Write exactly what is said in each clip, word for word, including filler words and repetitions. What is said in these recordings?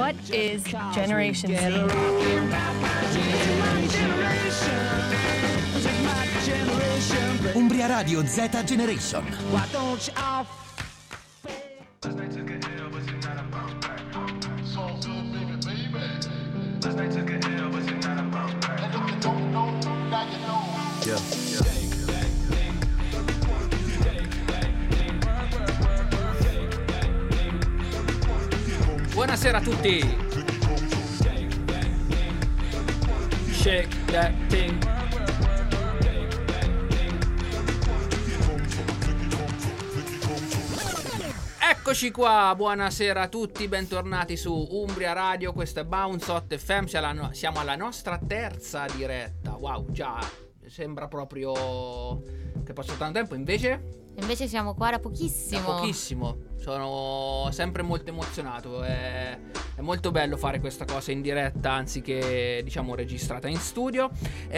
What is Generation Z? Umbria Radio Z Generation. Yeah, yeah. Buonasera a tutti. Shake that thing. Eccoci qua, buonasera a tutti, bentornati su Umbria Radio, questo è Bounce Hot F M, siamo alla nostra terza diretta. Wow, già, sembra proprio che passa tanto tempo, invece... Invece siamo qua da pochissimo. Da pochissimo. Sono sempre molto emozionato. È, è molto bello fare questa cosa in diretta anziché, diciamo, registrata in studio.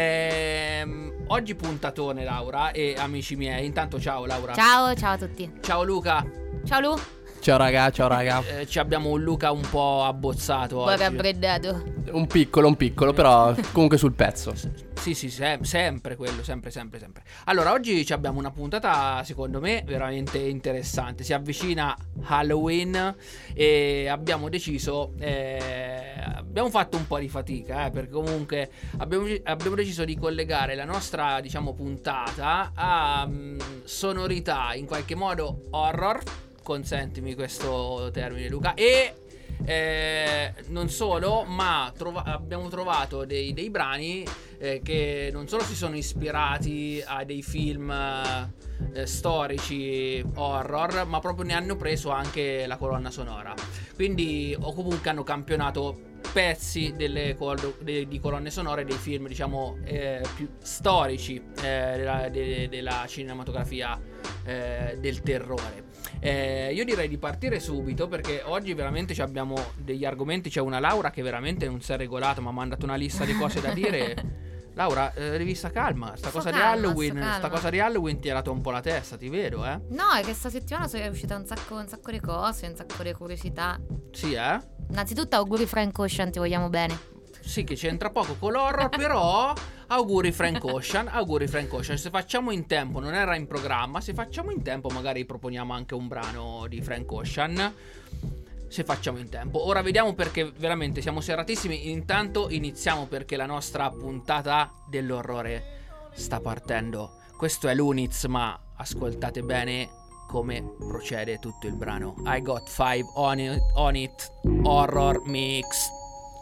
Ehm, oggi puntatone, Laura e amici miei. Intanto ciao Laura. Ciao, ciao a tutti. Ciao Luca. Ciao Lu. Ciao raga, ciao raga. Eh, ci abbiamo un Luca un po' abbozzato. Poi raffreddato. Un piccolo, un piccolo, però comunque sul pezzo. Sì, sì, se- sempre quello, sempre, sempre, sempre. Allora, oggi ci abbiamo una puntata, secondo me, veramente interessante. Si avvicina Halloween e abbiamo deciso, eh, abbiamo fatto un po' di fatica, eh, perché comunque abbiamo, abbiamo deciso di collegare la nostra, diciamo, puntata a mh, sonorità, in qualche modo horror, consentimi questo termine Luca, e... Eh, non solo, ma trova- abbiamo trovato dei, dei brani eh, che non solo si sono ispirati a dei film eh, storici horror, ma proprio ne hanno preso anche la colonna sonora. Quindi, o comunque hanno campionato pezzi delle col- de- di colonne sonore dei film, diciamo, eh, più storici eh, della, de- della cinematografia eh, del terrore. Eh, io direi di partire subito, perché oggi veramente ci abbiamo degli argomenti. C'è una Laura che veramente non si è regolata, ma ha mandato una lista di cose da dire. Laura, eh, devi sta calma. Sta Sto cosa calma, di Halloween sto calma. Sta cosa di Halloween ti ha dato un po' la testa, ti vedo, eh. No, è che sta settimana sono uscite un sacco, un sacco di cose, un sacco di curiosità. Sì, eh? Innanzitutto auguri Frank Ocean, ti vogliamo bene. Sì, che c'entra poco con l'horror, però auguri Frank Ocean, auguri Frank Ocean. Se facciamo in tempo, non era in programma, se facciamo in tempo magari proponiamo anche un brano di Frank Ocean. Se facciamo in tempo. Ora vediamo, perché veramente siamo serratissimi. Intanto iniziamo, perché la nostra puntata dell'orrore sta partendo. Questo è l'Uniz, ma ascoltate bene come procede tutto il brano. I got five on it, on it horror mix.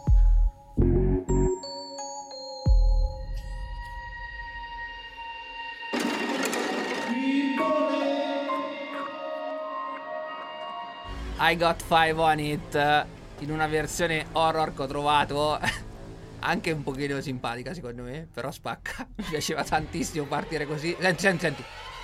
I got five on it, in una versione horror che ho trovato anche un pochino simpatica, secondo me, però spacca. Mi piaceva tantissimo partire così. Senti, senti, senti.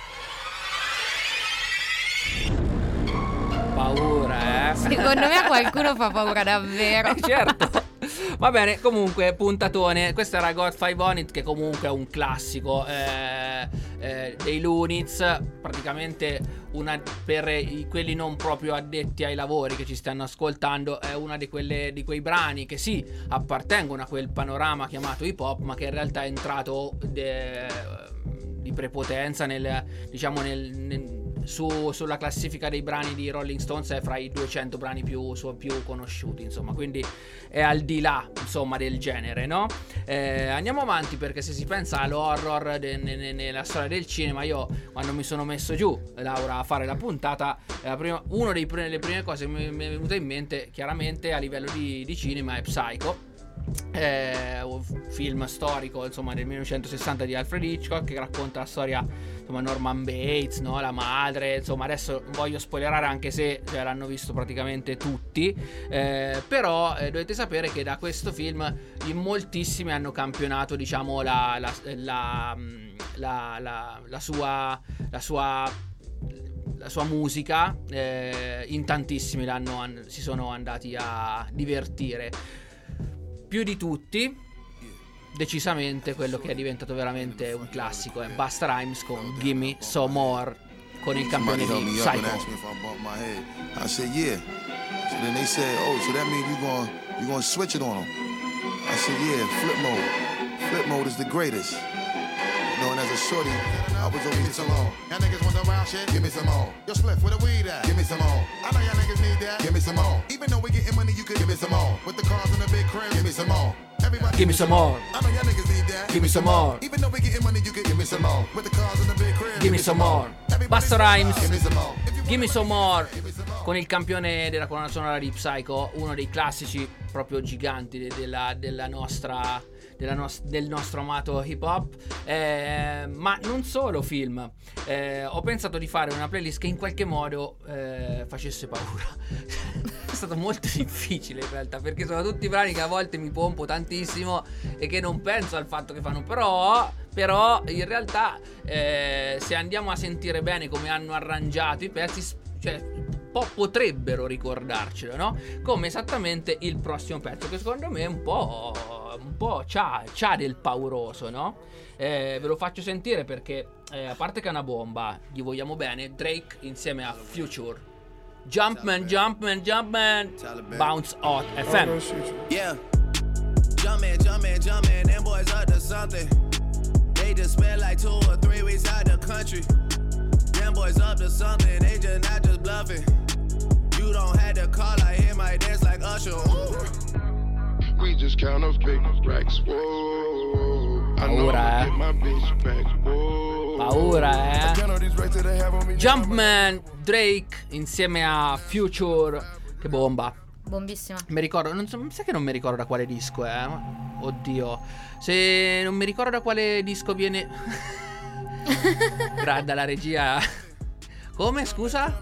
Paura, eh? Secondo me a qualcuno fa paura davvero. Eh, certo. Va bene, comunque, puntatone. Questo era God Five On It, che comunque è un classico eh, eh, dei Looniz. Praticamente una, per i, quelli non proprio addetti ai lavori che ci stanno ascoltando, è una di quelle di quei brani che sì, appartengono a quel panorama chiamato hip hop, ma che in realtà è entrato de, di prepotenza nel, diciamo, nel, nel Su, sulla classifica dei brani di Rolling Stones, è fra i duecento brani più, su, più conosciuti, insomma, quindi è al di là, insomma, del genere, no? Eh, andiamo avanti, perché se si pensa all'horror de, ne, ne, nella storia del cinema, io quando mi sono messo giù, Laura, a fare la puntata, la prima, una delle prime cose che mi, mi è venuta in mente, chiaramente a livello di, di cinema, è Psycho. Eh, un film storico, insomma, del millenovecentosessanta di Alfred Hitchcock, che racconta la storia, insomma, Norman Bates, no? La madre, insomma, adesso non voglio spoilerare, anche se cioè, l'hanno visto praticamente tutti, eh, però eh, dovete sapere che da questo film in moltissimi hanno campionato, diciamo, la la, la, la, la, la sua la sua la sua musica, eh, in tantissimi l'hanno, an- si sono andati a divertire. Più di tutti, decisamente, quello che è diventato veramente un classico è Busta Rhymes con Gimme Some More, con il campione di Psycho. I said, yeah. So then they said, oh, so that means you going you gonna switch it on them. I said, yeah, flip mode. Flip mode is the greatest. You know, and as a shorty, I was over here some more. Y'all niggas want some wild shit? Give me some more. Yo, Spliff, where the weed at? Give me some more. I know y'all niggas need that. Give me some more. Even though we getting money, you could give me some more. With the cars in the big crib, give me some more. Everybody Give me some more. I know y'all niggas need that. Give me some more. Even though we getting money, you could give me some more. With the cars in the big crib, Give me some more. Everybody Busta say, Rhymes. Give me some more. If you Give me some more. give me some more. Con il campione della colonna sonora di Psycho, uno dei classici proprio giganti de- della, della nostra della nos- del nostro amato hip hop. Eh, ma non solo film. Eh, ho pensato di fare una playlist che in qualche modo eh, facesse paura. È stato molto difficile in realtà, perché sono tutti brani che a volte mi pompo tantissimo e che non penso al fatto che fanno. Però Però in realtà eh, se andiamo a sentire bene come hanno arrangiato i pezzi, cioè po- potrebbero ricordarcelo, no? Come esattamente il prossimo pezzo, che secondo me è un po' un po' c'ha, c'ha del pauroso, no? Eh, ve lo faccio sentire perché eh, a parte che è una bomba, gli vogliamo bene. Drake insieme a Future. Jumpman, Jumpman, Jumpman, Bounce Hot F M. Yeah, Jumpman, Jumpman, Jumpman, them boys up to something. They just spent like two or three weeks out the country. Them boys up to something, they just not just bluffing. You don't have to call, I hear my dance like Usher. Ooh. We just count up big racks, whoa. I know Paura, I eh. get my bitch back, whoa. Paura, eh. Jumpman, Drake insieme a Future. Che bomba. Bombissima. Mi ricordo, non so, mi sa che non mi ricordo da quale disco è. Ma- Oddio. Se non mi ricordo da quale disco viene. Gra- dalla regia. Come, scusa?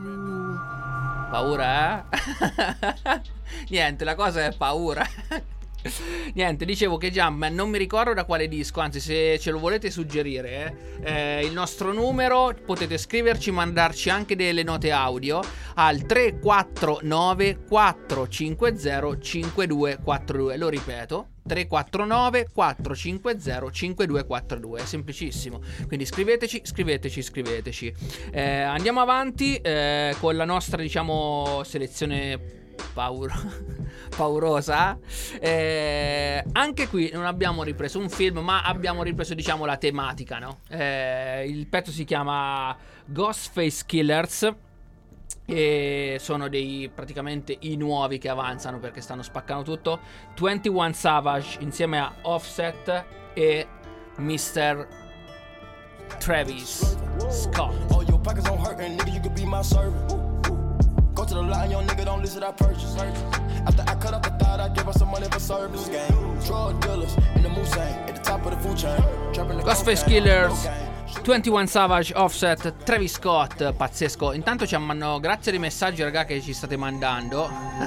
Paura, eh? Niente, la cosa è paura. Niente, dicevo che Jumpman non mi ricordo da quale disco. Anzi, se ce lo volete suggerire, eh, eh, il nostro numero, potete scriverci, mandarci anche delle note audio al tre quattro nove quattro cinque zero cinque due quattro due. Lo ripeto, tre quattro nove quattro cinque zero cinque due quattro due. È semplicissimo, quindi scriveteci, scriveteci, scriveteci. eh, Andiamo avanti eh, con la nostra, diciamo, selezione paura paurosa. eh, Anche qui non abbiamo ripreso un film, ma abbiamo ripreso, diciamo, la tematica, no? Eh, il pezzo si chiama Ghostface Killers e sono dei praticamente i nuovi che avanzano perché stanno spaccando tutto. ventuno Savage insieme a Offset e mister Travis Scott. Oh, your pockets on hurtin', nigga, you could be my servant. Go to the line, young nigga, don't listen, I purchase. After I cut up the thought, I give her some money for service. Gang, drug dealers in the Mustang, at the top of the food chain. Ghostface Killers, ventuno Savage, Offset, Travis Scott. Pazzesco. Intanto ci hanno, grazie ai messaggi, raga, che ci state mandando.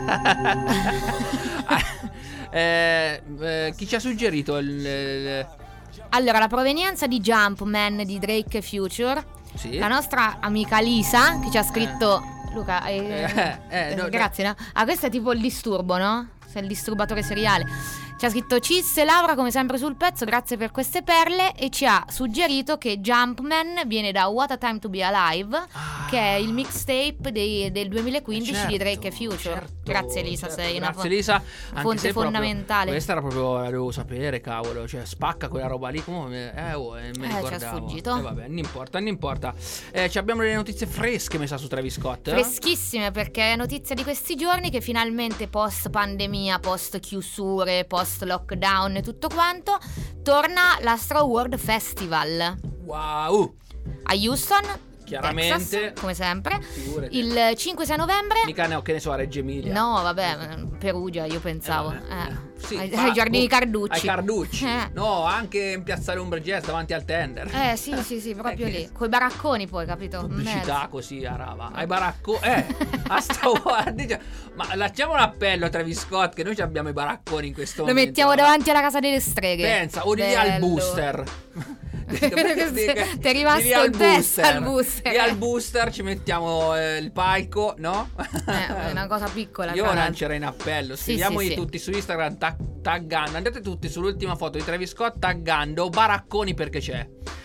eh, eh, chi ci ha suggerito il, il... Allora, la provenienza di Jumpman di Drake e Future. Sì. La nostra amica Lisa che ci ha scritto eh. Luca, eh, eh, eh, no, grazie, no? Ah, questo è tipo il disturbo, no? Sei il disturbatore seriale. Ci ha scritto Cis e Laura come sempre sul pezzo, grazie per queste perle. E ci ha suggerito che Jumpman viene da What a Time to Be Alive, ah, che è il mixtape dei, del duemilaquindici, certo, di Drake e Future. Certo, grazie Lisa, certo, sei grazie una Lisa, fonte fondamentale. Proprio, questa era proprio, la devo sapere, cavolo. Cioè spacca quella roba lì come eh, oh, eh, me eh, ricordavo. ci ha sfuggito. Eh, vabbè, non importa, non importa. eh, ci abbiamo delle notizie fresche, mi sa, su Travis Scott, eh? Freschissime, perché è notizia di questi giorni che finalmente post pandemia, post chiusure, post lockdown e tutto quanto, torna l'Astro World Festival. Wow! A Houston, chiaramente, Texas, come sempre. Figurati. Il cinque sei novembre. Mica ne ho, che ne so, a Reggio Emilia. No, vabbè, Perugia, io pensavo. Eh, eh. Sì, ai, ma- ai giardini Carducci. Ai Carducci. Eh. No, anche in Piazzale Umbregese davanti al tender. Eh sì, sì, sì, proprio lì. Coi baracconi poi, capito? Pubblicità Mezzo. così a rava. Ai baracconi. Eh, a sta guardia. Ma lasciamo un appello a Travis Scott, che noi abbiamo i baracconi in questo Lo momento. mettiamo davanti alla casa delle streghe. Pensa, o di lì al booster. Ti è rimasto il pezzo al booster. Lì al booster ci mettiamo eh, il palco, no? Eh, è una cosa piccola. Io tra lancerei in appello. Scriviamogli sì, sì, tutti su Instagram, tag- taggando. Andate tutti sull'ultima foto di Travis Scott taggando baracconi perché c'è.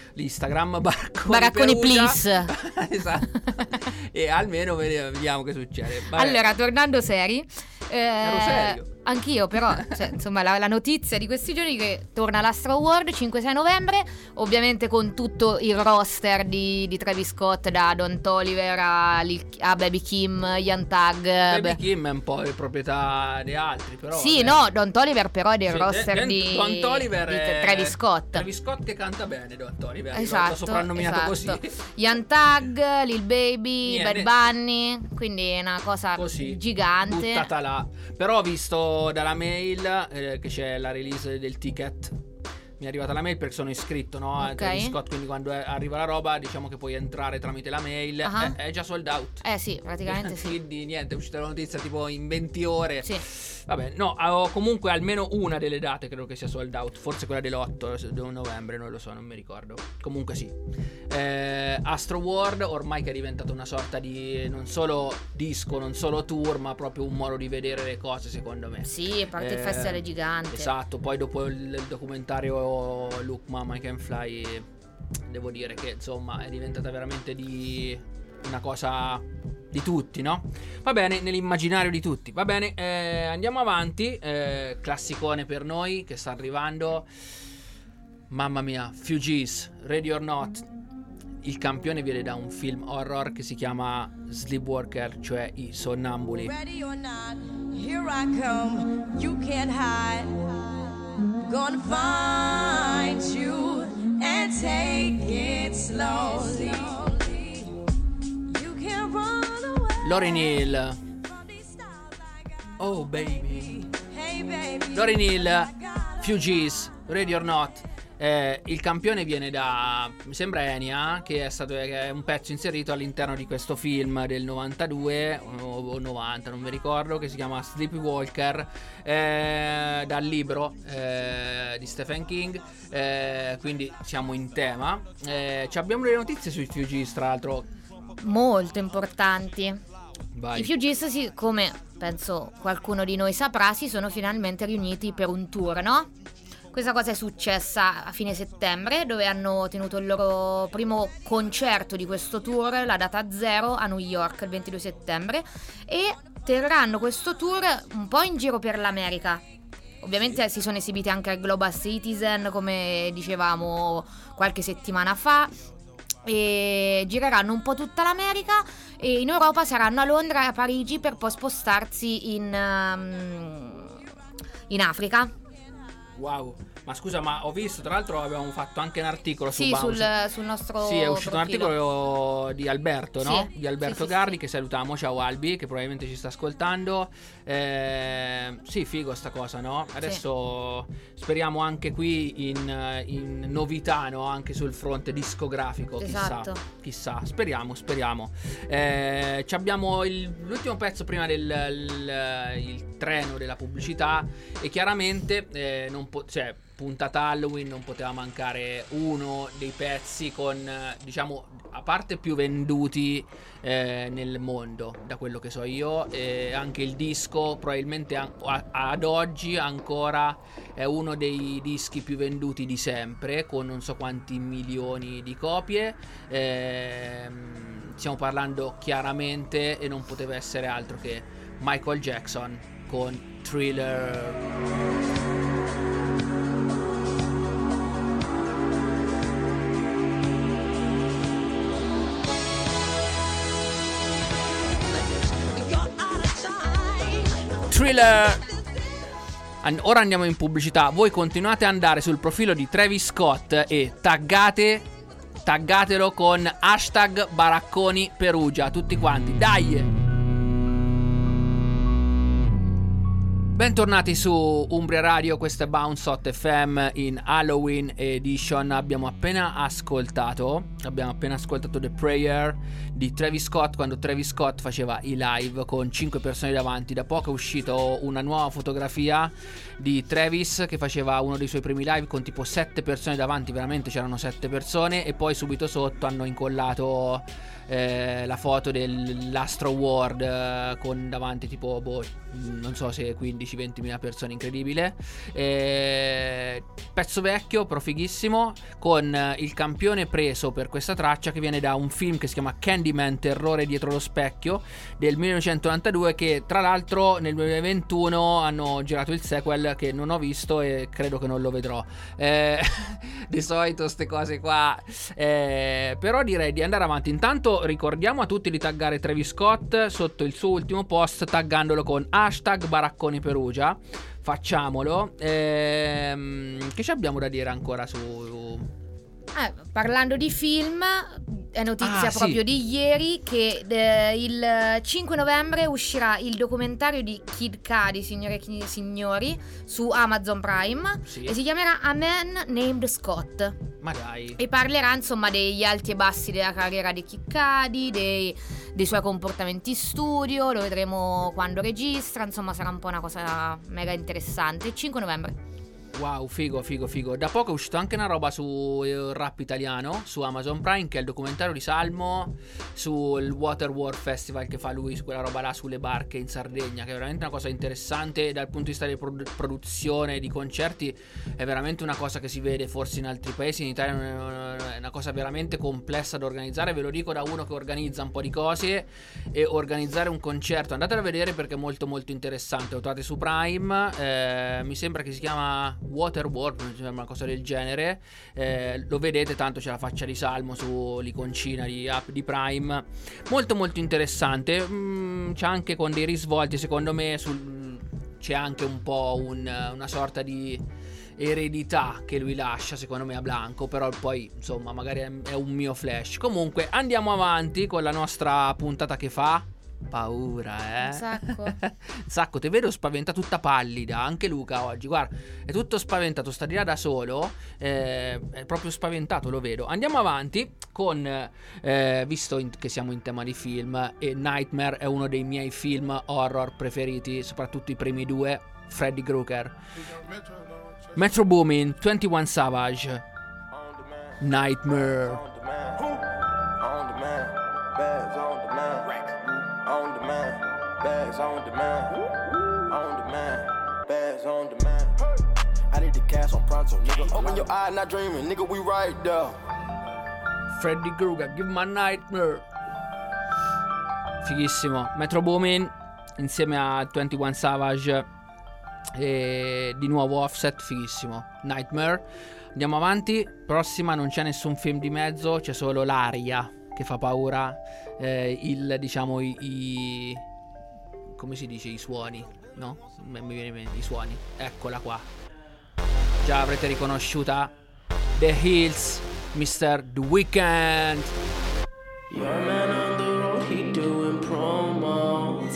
l'Instagram Baracconi, Baracconi Perugia. please. Esatto. E almeno vediamo che succede. Vabbè. Allora, tornando seri, eh, Ero serio. Anch'io però, cioè, insomma, la, la notizia di questi giorni che torna l'Astro World cinque sei novembre, ovviamente con tutto il roster di, di Travis Scott, da Don Toliver a, Lil, a Baby Kim, Young Thug. Baby beh. Kim è un po' di proprietà di altri, però Sì, vabbè. no, Don Toliver però è del Sì, roster Don- di, Don Toliver di è- Travis Scott. Travis Scott che canta bene, Don Toliver. Esatto, L'ho soprannominato esatto. così. Young Thug, Lil Baby, Niente. Bad Bunny, quindi è una cosa Così, gigante. buttata là. Però ho visto dalla mail eh, che c'è la release del ticket. Mi è arrivata la mail perché sono iscritto, no? A Ok. Travis Scott, quindi quando è- arriva la roba, diciamo che puoi entrare tramite la mail. Ah. È, è già sold out. Eh sì, praticamente sì. Quindi niente, è uscita la notizia tipo in venti ore. Sì. Vabbè, no, ho comunque almeno una delle date credo che sia sold out. Forse quella dell'otto novembre, non lo so, non mi ricordo. Comunque sì. Eh, Astro World ormai che è diventato una sorta di non solo disco, non solo tour, ma proprio un modo di vedere le cose, secondo me. Sì, a parte il Eh, festival è gigante. Esatto, poi dopo il, il documentario Look Mama I Can Fly, devo dire che insomma è diventata veramente di una cosa di tutti, no? Va bene, nell'immaginario di tutti. Va bene, eh, andiamo avanti. eh, Classicone per noi che sta arrivando. Mamma mia, Fugees, Ready or Not. Il campione viene da un film horror che si chiama Sleepwalker, cioè i sonnambuli. Ready or not, here I come. You can't hide. Gonna find you and take it slowly. You can't run away. Lauryn Hill. Oh baby. Hey baby. Lauryn Hill, Fugees, Ready or Not. Eh, il campione viene da, mi sembra Enya, che è stato che è un pezzo inserito all'interno di questo film del novantadue o, o novanta, non mi ricordo, che si chiama Sleepwalker, eh, dal libro eh, di Stephen King. Eh, quindi siamo in tema. Eh, ci abbiamo delle notizie sui Fugees, tra l'altro. Molto importanti. Vai. I Fugees, si, come penso qualcuno di noi saprà, si sono finalmente riuniti per un tour, no? Questa cosa è successa a fine settembre, dove hanno tenuto il loro primo concerto di questo tour, la data zero, a New York il ventidue settembre, e terranno questo tour un po' in giro per l'America. Ovviamente si sono esibiti anche al Global Citizen, come dicevamo qualche settimana fa, e gireranno un po' tutta l'America, e in Europa saranno a Londra e a Parigi per poi spostarsi in, um, in Africa. Wow, ma scusa, ma ho visto, tra l'altro abbiamo fatto anche un articolo su Sì, sul, Bounce. sul nostro Sì, è uscito profilo. un articolo di Alberto, no? Sì, Di Alberto sì, sì, Garri, sì. che salutiamo. Ciao Albi, che probabilmente ci sta ascoltando. Eh, sì, figo sta cosa, no? Adesso speriamo anche qui in, in novità, no? Anche sul fronte discografico. Esatto. Chissà, chissà, speriamo, speriamo. Eh, ci abbiamo il- l'ultimo pezzo prima del il, il treno della pubblicità. E chiaramente eh, non po- cioè, puntata Halloween, non poteva mancare uno dei pezzi con, eh, diciamo, a parte più venduti eh, nel mondo, da quello che so io, e anche il disco probabilmente an- a- ad oggi ancora è uno dei dischi più venduti di sempre, con non so quanti milioni di copie. Ehm, stiamo parlando chiaramente, e non poteva essere altro che Michael Jackson con Thriller. Thriller. An- ora andiamo in pubblicità. Voi continuate ad andare sul profilo di Travis Scott e taggate taggatelo con hashtag Baracconi Perugia, tutti quanti, dai! Bentornati su Umbria Radio, questo è Bounce Hot F M in Halloween Edition. Abbiamo appena ascoltato Abbiamo appena ascoltato The Prayer di Travis Scott, quando Travis Scott faceva i live con cinque persone davanti. Da poco è uscito una nuova fotografia di Travis che faceva uno dei suoi primi live con tipo sette persone davanti, veramente c'erano sette persone, e poi subito sotto hanno incollato eh, la foto dell'Astro World eh, con davanti tipo boh, non so se quindici venti mila persone, incredibile. Eh, pezzo vecchio però fighissimo, con il campione preso per questa traccia, che viene da un film che si chiama Candyman, Terrore dietro lo specchio, del millenovecentonovantadue, che tra l'altro nel duemilaventuno hanno girato il sequel che non ho visto e credo che non lo vedrò. Eh, di solito ste cose qua, eh, però direi di andare avanti. Intanto ricordiamo a tutti di taggare Travis Scott sotto il suo ultimo post, taggandolo con hashtag Baracconi Perugia. Facciamolo. Ehm, che ci abbiamo da dire ancora su... Eh, parlando di film, è notizia Ah, proprio sì. di ieri che eh, il cinque novembre uscirà il documentario di Kid Cudi, signore e signori, su Amazon Prime, Sì. e si chiamerà A Man Named Scott. Ma dai. E parlerà insomma degli alti e bassi della carriera di Kid Cudi, dei, dei suoi comportamenti in studio, lo vedremo quando registra, insomma sarà un po' una cosa mega interessante. cinque novembre. Wow, figo, figo, figo. Da poco è uscito anche una roba su eh, rap italiano, su Amazon Prime, che è il documentario di Salmo sul Water War Festival che fa lui, su quella roba là sulle barche in Sardegna, che è veramente una cosa interessante dal punto di vista di produ- produzione di concerti. È veramente una cosa che si vede forse in altri paesi, in Italia non è, non è una cosa veramente complessa da organizzare. Ve lo dico da uno che organizza un po' di cose, e organizzare un concerto, andatelo a vedere perché è molto molto interessante. Lo trovate su Prime, eh, mi sembra che si chiama Water War, una cosa del genere. Eh, lo vedete, tanto c'è la faccia di Salmo su l'iconcina di app di Prime. Molto molto interessante. Mm, c'è anche con dei risvolti, secondo me sul, c'è anche un po' un, una sorta di eredità che lui lascia, secondo me, a Blanco. Però poi insomma magari è, è un mio flash. Comunque andiamo avanti con la nostra puntata che fa paura, eh? Un sacco. Un sacco, te vedo spaventato, tutta pallida. Anche Luca oggi, guarda, è tutto spaventato, sta di là da solo, eh, è proprio spaventato, lo vedo. Andiamo avanti con, eh, visto in, che siamo in tema di film, e Nightmare è uno dei miei film horror preferiti, soprattutto i primi due, Freddy Krueger. Metro Boomin, ventuno Savage, Nightmare. Bags on demand, on demand, bags on demand. I need the cash on pronto, nigga. Open your eye, not dreaming, nigga. We right there. Freddy Krueger, Give My Nightmare. Fighissimo. Metro Boomin insieme a ventuno Savage e di nuovo Offset, fighissimo. Nightmare. Andiamo avanti. Prossima, non c'è nessun film di mezzo, c'è solo l'aria che fa paura. Eh, il diciamo i, i come si dice, i suoni, no? Mi viene in mente, i suoni. Eccola qua. Già avrete riconosciuta. The Hills, mister The Weeknd. Your man on the road, he doing promos.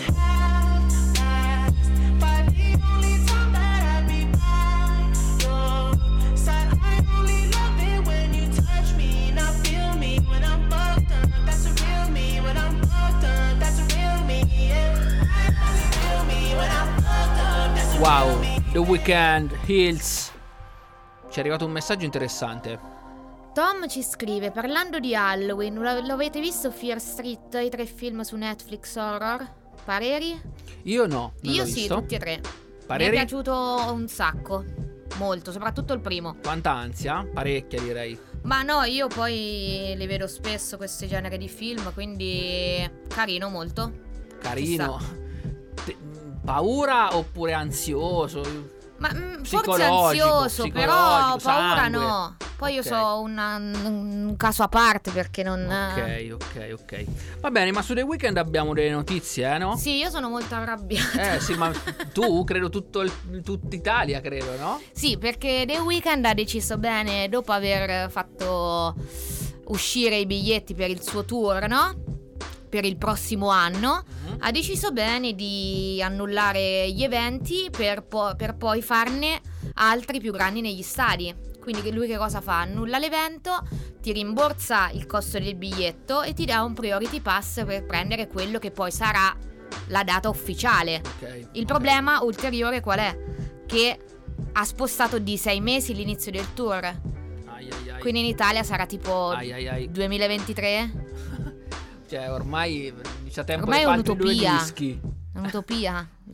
Wow, The Weeknd, Hills. Ci è arrivato un messaggio interessante. Tom ci scrive: parlando di Halloween, lo, lo avete visto Fear Street, i tre film su Netflix horror? Pareri? Io no, non Io l'ho sì, visto. tutti e tre. Pareri? Mi è piaciuto un sacco, molto, soprattutto il primo. Quanta ansia? Parecchia, direi. Ma no, io poi li vedo spesso questi generi di film, quindi carino, molto. Carino. Te- paura oppure ansioso? Ma mm, forse Psicologico, ansioso, psicologico, però paura sangue. no. Poi io Ok. so una- un caso a parte perché non... Ok, ok, ok. Va bene, ma su The Weeknd abbiamo delle notizie, eh, no? Sì, io sono molto arrabbiata. Eh sì, ma tu credo tutto il, tutta Italia, credo, no? Sì, perché The Weeknd ha deciso bene, dopo aver fatto uscire i biglietti per il suo tour, no? Per il prossimo anno, Mhm. ha deciso bene di annullare gli eventi per, po- per poi farne altri più grandi negli stadi. Quindi che lui che cosa fa? Annulla l'evento, ti rimborsa il costo del biglietto e ti dà un priority pass per prendere quello che poi sarà la data ufficiale. Ok. Il problema ulteriore qual è? Che ha spostato di sei mesi l'inizio del tour. Ai, ai, ai. Quindi in Italia sarà tipo Ai, ai, ai. duemilaventitré? Cioè, ormai c'è tempo Ormai di è fare altri due un'utopia. dischi. È un'utopia. Il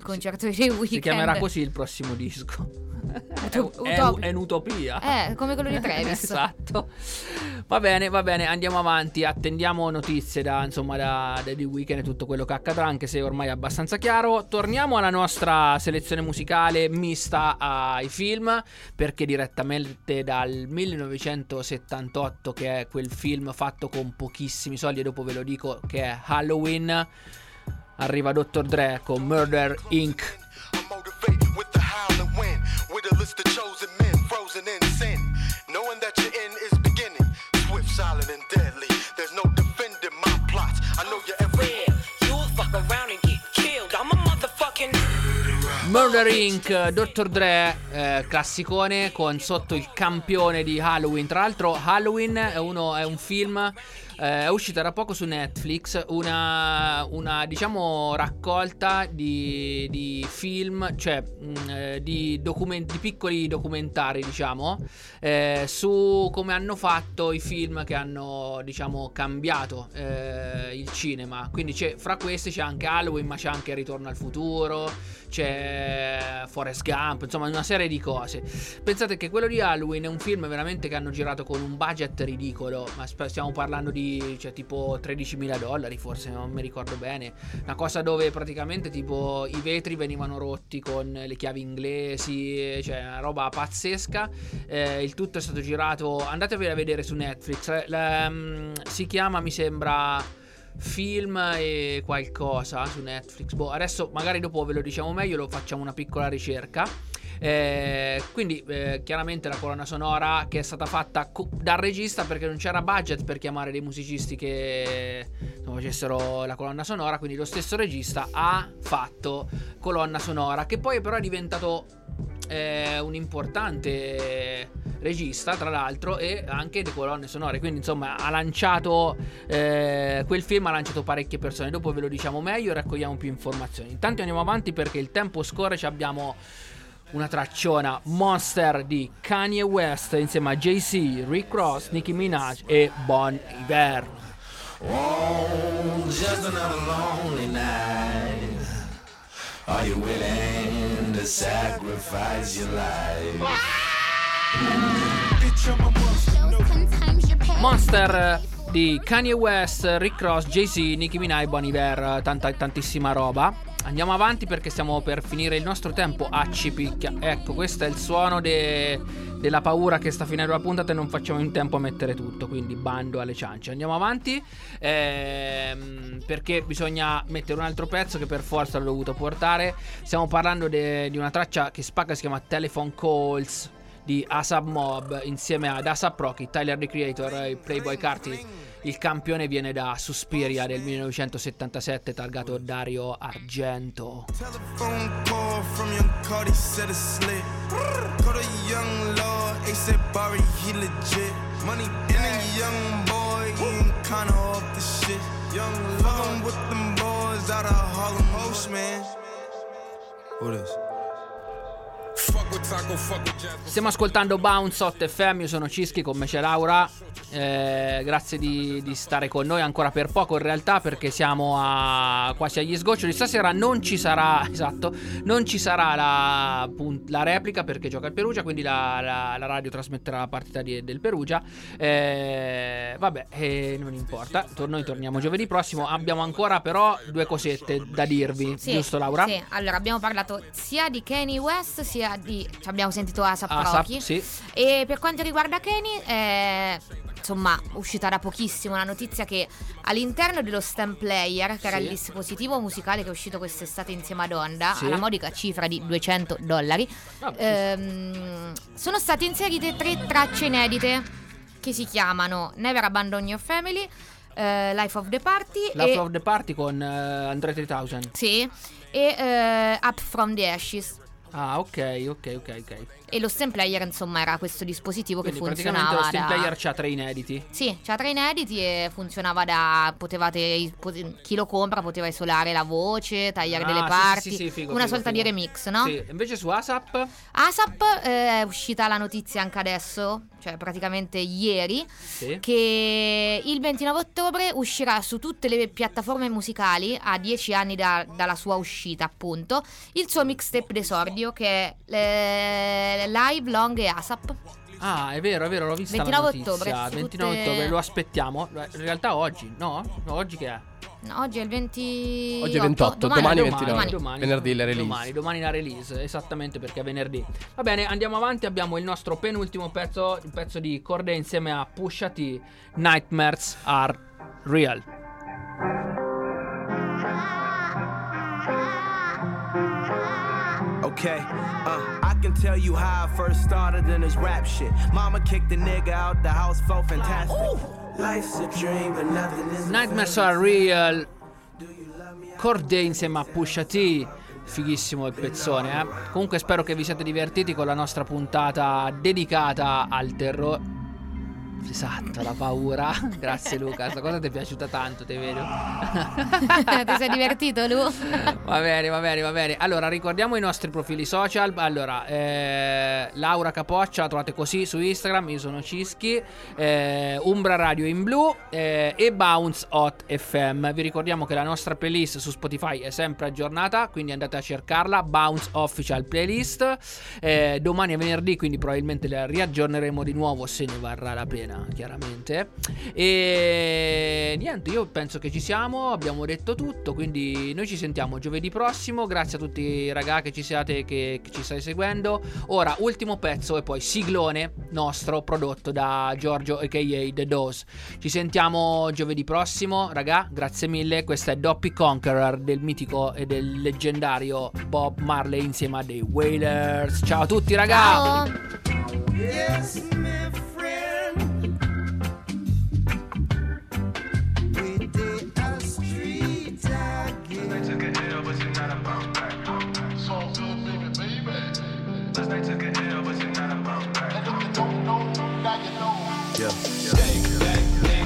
concerto di The Weeknd. Si chiamerà così il prossimo disco. Utop- è, è, è un'utopia. Eh, come quello di Travis. Esatto. Va bene, va bene, andiamo avanti. Attendiamo notizie da, insomma, da, da The Weeknd e tutto quello che accadrà, anche se ormai è abbastanza chiaro. Torniamo alla nostra selezione musicale mista ai film, perché direttamente dal millenovecentosettantotto, che è quel film fatto con pochissimi soldi, e dopo ve lo dico, che è Halloween, arriva doctor Dre con Murder Incorporated. With the howling wind, with a list of chosen men frozen in sin, knowing that your end is beginning, swift, silent, and deadly. There's no defending my plots. I know you're every you'll fuck around and get killed. I'm a motherfucking Murder Incorporated, doctor Dre, eh, classicone con sotto il campione di Halloween. Tra l'altro Halloween è, uno, è un film, eh, è uscita da poco su Netflix, una, una diciamo raccolta di, di film, cioè mh, eh, di, document, di piccoli documentari, diciamo, eh, su come hanno fatto i film che hanno, diciamo, cambiato eh, il cinema. Quindi c'è, fra questi c'è anche Halloween, ma c'è anche Ritorno al futuro, c'è Forrest Gump, insomma una serie di cose. Pensate che quello di Halloween è un film veramente che hanno girato con un budget ridicolo, ma stiamo parlando di, cioè, tipo tredicimila dollari forse, non mi ricordo bene. Una cosa dove praticamente tipo i vetri venivano rotti con le chiavi inglesi, cioè una roba pazzesca. Eh, il tutto è stato girato, andatevelo a vedere su Netflix. La, um, si chiama, mi sembra, Film e qualcosa su Netflix. Boh, adesso magari dopo ve lo diciamo meglio, lo facciamo una piccola ricerca. Eh, quindi eh, chiaramente la colonna sonora che è stata fatta co- dal regista, perché non c'era budget per chiamare dei musicisti che insomma, facessero la colonna sonora, quindi lo stesso regista ha fatto colonna sonora, che poi però è diventato eh, un importante regista, tra l'altro, e anche di colonne sonore. Quindi insomma ha lanciato eh, quel film ha lanciato parecchie persone. Dopo ve lo diciamo meglio e raccogliamo più informazioni. Intanto andiamo avanti perché il tempo scorre. Ci abbiamo una tracciona, Monster di Kanye West insieme a Jay-Z, Rick Ross, Nicki Minaj e Bon Iver. Oh, just another lonely night. Are you willing to sacrifice your life? Monster di Kanye West, Rick Ross, Jay-Z, Nicki Minaj, Bon Iver, tanta, tantissima roba. Andiamo avanti perché stiamo per finire il nostro tempo. Ah, ci picchia. Ecco, questo è il suono de, della paura che sta finendo la puntata e non facciamo in tempo a mettere tutto, quindi bando alle ciance. Andiamo avanti ehm, perché bisogna mettere un altro pezzo che per forza l'ho dovuto portare. Stiamo parlando de, di una traccia che spacca, si chiama Telephone Calls di A$AP Mob insieme ad A$AP Rocky, Tyler the Creator e Playboi Carti. Il campione viene da Suspiria del millenovecentosettantasette, targato Dario Argento. Telephone call from young Cardi said it's lit. Call the young lord, A$AP Bari, he legit. Money in a young boy, he ain't kinda off the shit. Young lord with them boys out of Harlem, Host man. What is? Stiamo ascoltando Bounce Hot F M, io sono Cischi, con me c'è Laura. eh, Grazie di, di stare con noi ancora per poco in realtà, perché siamo a, quasi agli sgoccioli. Stasera non ci sarà, esatto, non ci sarà la, la replica perché gioca il Perugia, quindi la, la, la radio trasmetterà la partita di, del Perugia. eh, Vabbè, eh, non importa, noi torniamo giovedì prossimo. Abbiamo ancora però due cosette da dirvi, sì, giusto Laura? Sì, allora abbiamo parlato sia di Kanye West sia di, cioè abbiamo sentito A$AP A$AP, Rocky, sì. E per quanto riguarda Kanye, eh, insomma, uscita da pochissimo una notizia che all'interno dello Stem Player, che era sì. il dispositivo musicale che è uscito quest'estate insieme ad Honda, sì. alla modica cifra di duecento dollari, ah, ehm, sono state inserite tre tracce inedite che si chiamano Never Abandon Your Family, eh, Life of the Party Life e, of the Party con uh, Andre tremila. sì, e eh, Up From The Ashes. Ah, ok, ok, ok, ok. E lo stem player insomma era questo dispositivo Quindi che praticamente funzionava lo stem da... player c'ha tre inediti. Sì, c'ha tre inediti e funzionava da... potevate chi lo compra poteva isolare la voce, tagliare Ah, delle sì, parti, sì, sì, figo, una figo, sorta figo. di remix, no? Sì, invece su ASAP ASAP eh, è uscita la notizia anche adesso, cioè praticamente ieri, Sì. che il ventinove ottobre uscirà su tutte le piattaforme musicali a dieci anni da- dalla sua uscita, appunto, il suo mixtape d'esordio che è eh, Live Long e ASAP. Ah, è vero, è vero, l'ho vista ventinove la notizia. ottobre, su ventinove tutte- ottobre, lo aspettiamo. In realtà oggi, no? No, oggi che è? No, oggi è il ventotto. Oggi è ventotto, domani ventinove. Domani, Venerdì la release. Domani, domani la release, esattamente perché è venerdì. Va bene, andiamo avanti, abbiamo il nostro penultimo pezzo, il pezzo di Cordae insieme a Pusha T, Nightmares Are Real. Okay, uh, I can tell you how I first started in this rap shit. Mama kicked the nigga out, the house felt fantastic. Life's a dream, but nothing is Nightmares Are Real, Cordae insieme a Pusha T. Fighissimo il pezzone, eh. Comunque spero che vi siate divertiti con la nostra puntata dedicata al terrore. Esatto, la paura. Grazie Luca, questa cosa ti è piaciuta tanto, te vedo. Ti sei divertito, Lu? Va bene, va bene, va bene. Allora, ricordiamo i nostri profili social. Allora, eh, Laura Capoccia la trovate così su Instagram. Io sono Cischi, eh, Umbra Radio in blu eh, e Bounce Hot F M. Vi ricordiamo che la nostra playlist su Spotify è sempre aggiornata, quindi andate a cercarla, Bounce Official Playlist. eh, Domani è venerdì, quindi probabilmente la riaggiorneremo di nuovo se ne varrà la pena, chiaramente. E niente, io penso che ci siamo, abbiamo detto tutto, quindi noi ci sentiamo giovedì prossimo. Grazie a tutti i raga che ci siate, che, che ci state seguendo. Ora ultimo pezzo e poi siglone nostro prodotto da Giorgio aka The Dose. Ci sentiamo giovedì prossimo, raga, grazie mille. Questa è Doppy Conqueror del mitico e del leggendario Bob Marley insieme a dei Wailers. Ciao a tutti, raga. Ciao. Yes, my friend. We did a street again. Last night took a L, but tonight I bounce back. It's all good, baby, baby. Last night took a L, but tonight I bounce back. And if you don't know, now you know. Yeah, yeah. Bang, bang, bang.